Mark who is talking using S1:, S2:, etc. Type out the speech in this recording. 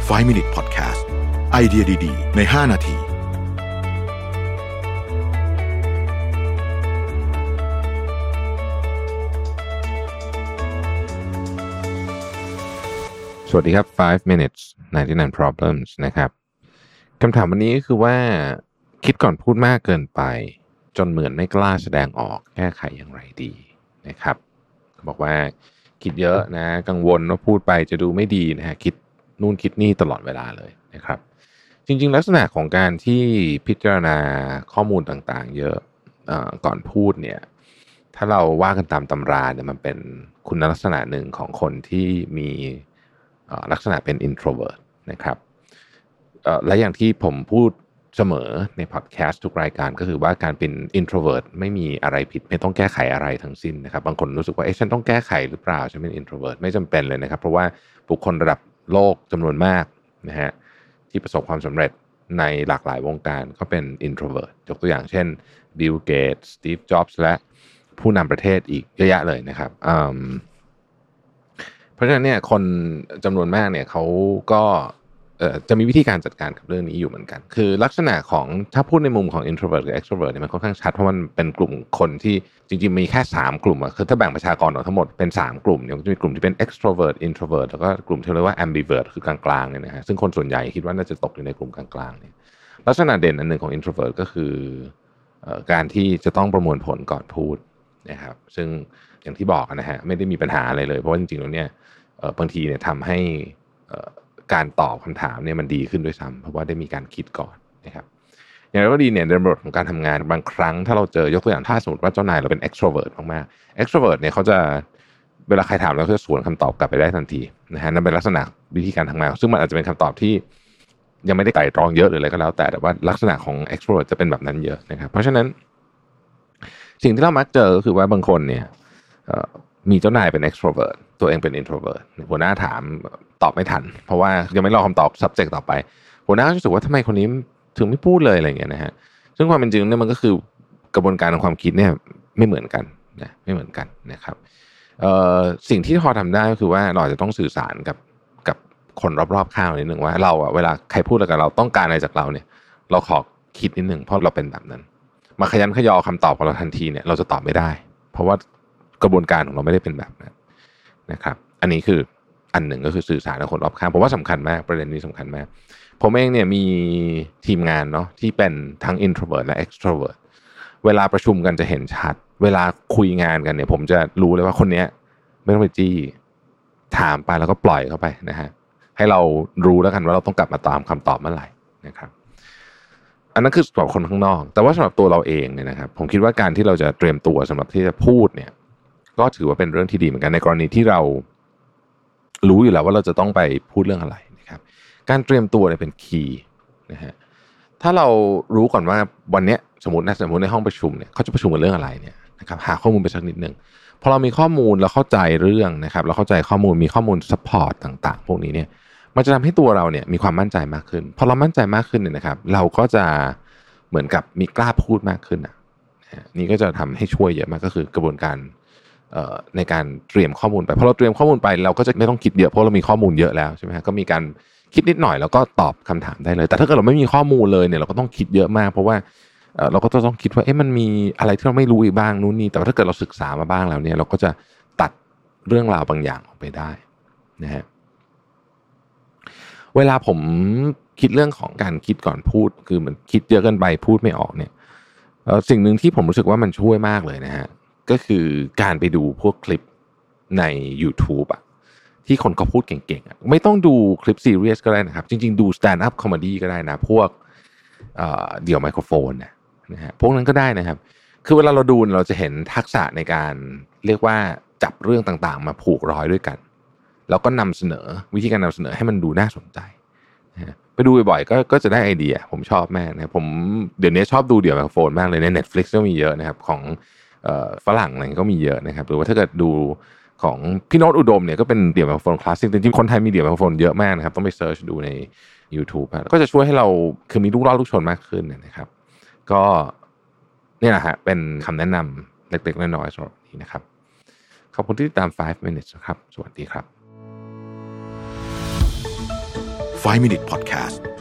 S1: 5 Minute Podcast ไอเดียดีๆใน5นาที
S2: สวัสดีครับ5 minutes 99 problems นะครับคำถามวันนี้ก็คือว่าคิดก่อนพูดมากเกินไปจนเหมือนไม่กล้าแสดงออกแก้ไขอย่างไรดีนะครับบอกว่าคิดเยอะนะกังวลว่าพูดไปจะดูไม่ดีนะฮะคิดนู่นคิดนี่ตลอดเวลาเลยนะครับจริงๆลักษณะของการที่พิจารณาข้อมูลต่างๆเยอะก่อนพูดเนี่ยถ้าเราว่ากันตามตำราเนี่ยมันเป็นคุณลักษณะหนึ่งของคนที่มีลักษณะเป็น introvert นะครับและอย่างที่ผมพูดเสมอในพอดแคสต์ทุกรายการก็คือว่าการเป็น introvert ไม่มีอะไรผิดไม่ต้องแก้ไขอะไรทั้งสิ้นนะครับบางคนรู้สึกว่าฉันต้องแก้ไขหรือเปล่าฉันเป็น introvert ไม่จำเป็นเลยนะครับเพราะว่าบุคคลระดับโลกจำนวนมากนะฮะที่ประสบความสำเร็จในหลากหลายวงการก็เป็น introvert ยกตัวอย่างเช่น Bill Gates Steve Jobs และผู้นำประเทศอีกเยอะแยะเลยนะครับเพราะฉะนั้นเนี่ยคนจำนวนมากเนี่ยเขาก็จะมีวิธีการจัดการกับเรื่องนี้อยู่เหมือนกันคือลักษณะของถ้าพูดในมุมของ introvert กับ extrovert เนี่ยมันค่อนข้างชัดเพราะมันเป็นกลุ่มคนที่จริงๆมีแค่3กลุ่มคือถ้าแบ่งประชากรออกทั้งหมดเป็น3กลุ่มเนี่ยจะมีกลุ่มที่เป็น extrovert introvert แล้วก็กลุ่มที่เรียกว่า ambivert คือกลางๆเนี่ยนะฮะซึ่งคนส่วนใหญ่คิดว่าน่าจะตกอยู่ในกลุ่มกลางๆเนี่ยลักษณะเด่นอันหนึ่งของ introvert ก็คือการที่จะต้องประมวลผลก่อนพูดนะครับซึ่งอย่างที่บอกนะฮะไม่ได้มีปัญหาอะไรเลยเพราะว่าจริงๆแล้วเนี่ยบางทีเนี่ยทำให้การตอบคำถามเนี่ยมันดีขึ้นด้วยซ้ำเพราะว่าได้มีการคิดก่อนนะครับอย่างไรก็ดีเนี่ยในบทของการทำงานบางครั้งถ้าเราเจอยกตัวอย่างถ้าสมมติว่าเจ้านายเราเป็น extrovert มากๆ extrovert เนี่ยเขาจะเวลาใครถามเราก็จะสวนคำตอบกลับไปได้ทันทีนะฮะนั่นเป็นลักษณะวิธีการทำงานซึ่งมันอาจจะเป็นคำตอบที่ยังไม่ได้ไตร่ตรองเยอะหรืออะไรก็แล้วแต่ว่าลักษณะของ extrovert จะเป็นแบบนั้นเยอะนะครับเพราะฉะนั้นสิ่งที่เรามักเจอก็คือว่าบางคนเนี่ยมีเจ้านายเป็น extrovert ตัวเองเป็น introvert หัวหน้าถามตอบไม่ทันเพราะว่ายังไม่รอคำตอบ subject ต่อไปหัวหน้าก็รู้สึกว่าทำไมคนนี้ถึงไม่พูดเลยอะไรอย่างเงี้ยนะฮะซึ่งความเป็นจริงเนี่ยมันก็คือกระบวนการของความคิดเนี่ยไม่เหมือนกันนะไม่เหมือนกันนะครับสิ่งที่พอทำได้ก็คือว่าเราอาจจะต้องสื่อสารกับคนรอบๆข้างนิดนึงว่าเราอะเวลาใครพูดอะไรกับเราต้องการอะไรจากเราเนี่ยเราขอคิดนิดนึงเพราะเราเป็นแบบนั้นมาขยันขยอคำตอบของเราทันทีเนี่ยเราจะตอบไม่ได้เพราะว่ากระบวนการของเราไม่ได้เป็นแบบนั้นนะครับอันนี้คืออันหนึ่งก็คือสื่อสารกับคนรอบข้างผมว่าสำคัญมากประเด็นนี้สำคัญมากผมเองเนี่ยมีทีมงานเนาะที่เป็นทั้ง introvert และ extrovert เวลาประชุมกันจะเห็นชัดเวลาคุยงานกันเนี่ยผมจะรู้เลยว่าคนนี้ไม่ต้องไปจี้ถามไปแล้วก็ปล่อยเข้าไปนะฮะให้เรารู้แล้วกันว่าเราต้องกลับมาตามคำตอบเมื่อไหร่นะครับอันนั้นคือสำหรับคนข้างนอกแต่ว่าสำหรับตัวเราเองเนี่ยนะครับผมคิดว่าการที่เราจะเตรียมตัวสำหรับที่จะพูดเนี่ยก็ถือว่าเป็นเรื่องที่ดีเหมือนกันในกรณีที่เรารู้อยู่แล้วว่าเราจะต้องไปพูดเรื่องอะไรนะครับการเตรียมตัวเนี่ยเป็นคีย์นะฮะถ้าเรารู้ก่อนว่าวันนี้สมมติในห้องประชุมเนี่ยเขาจะประชุมกันเรื่องอะไรเนี่ยนะครับหาข้อมูลไปสักนิดนึงพอเรามีข้อมูลเราเข้าใจเรื่องนะครับเราเข้าใจข้อมูลมีข้อมูลซัพพอร์ตต่างๆพวกนี้เนี่ยมันจะทำให้ตัวเราเนี่ยมีความมั่นใจมากขึ้นพอเรามั่นใจมากขึ้นเนี่ยนะครับเราก็จะเหมือนกับมีกล้าพูดมากขึ้นนะนี่ก็จะทำให้ช่วยเยอะมากก็คือกระบวนการในการเตรียมข้อมูลไปพอเราเตรียมข้อมูลไปเราก็จะไม่ต้องคิดเยอะเพราะเรามีข้อมูลเยอะแล้วใช่ไหมฮะก็มีการคิดนิดหน่อยแล้วก็ตอบคำถามได้เลยแต่ถ้าเกิดเราไม่มีข้อมูลเลยเนี่ยเราก็ต้องคิดเยอะมากเพราะว่าเราก็ต้องคิดว่ามันมีอะไรที่เราไม่รู้อีกบ้างนู่นนี่แต่ว่าถ้าเกิดเราศึกษามาบ้างแล้วเนี่ยเราก็จะตัดเรื่องราวบางอย่างออกไปได้นะฮะเวลาผมคิดเรื่องของการคิดก่อนพูดคือมันคิดเยอะเกินไปพูดไม่ออกเนี่ยสิ่งหนึ่งที่ผมรู้สึกว่ามันช่วยมากเลยนะฮะก็คือการไปดูพวกคลิปใน YouTube อ่ะที่คนเขาพูดเก่งๆไม่ต้องดูคลิปซีเรียสก็ได้นะครับจริงๆดู stand up comedy ก็ได้นะพวกเดี่ยวไมโครโฟนนะฮะพวกนั้นก็ได้นะครับคือเวลาเราดูเราจะเห็นทักษะในการเรียกว่าจับเรื่องต่างๆมาผูกร้อยด้วยกันแล้วก็นำเสนอวิธีการนำเสนอให้มันดูน่าสนใจนะไปดูบ่อยๆก็จะได้ไอเดียผมชอบมากนะผมเดี๋ยวนี้ชอบดูเดี่ยวไมโครโฟนมากเลยใน Netflix ก็มีเยอะนะครับของฝรั่งอะไรก็มีเยอะนะครับหรือว่าถ้าเกิดดูของพี่โน้ตอุดมเนี่ยก็เป็นเดี่ยวไมโครโฟนคลาสสิกจริงๆคนไทยมีเดี่ยวไมโครโฟนเยอะมากนะครับต้องไปเสิร์ชดูใน YouTube ก็จะช่วยให้เราคือมีลูกล่อลูกชนมากขึ้นนะครับก็นี่แหละฮะเป็นคำแนะนำเล็กๆน้อยๆสำหรับนี้นะครับขอบคุณที่ติดตาม5 minutes นะครับสวัสดีครับ
S1: 5 Minute Podcast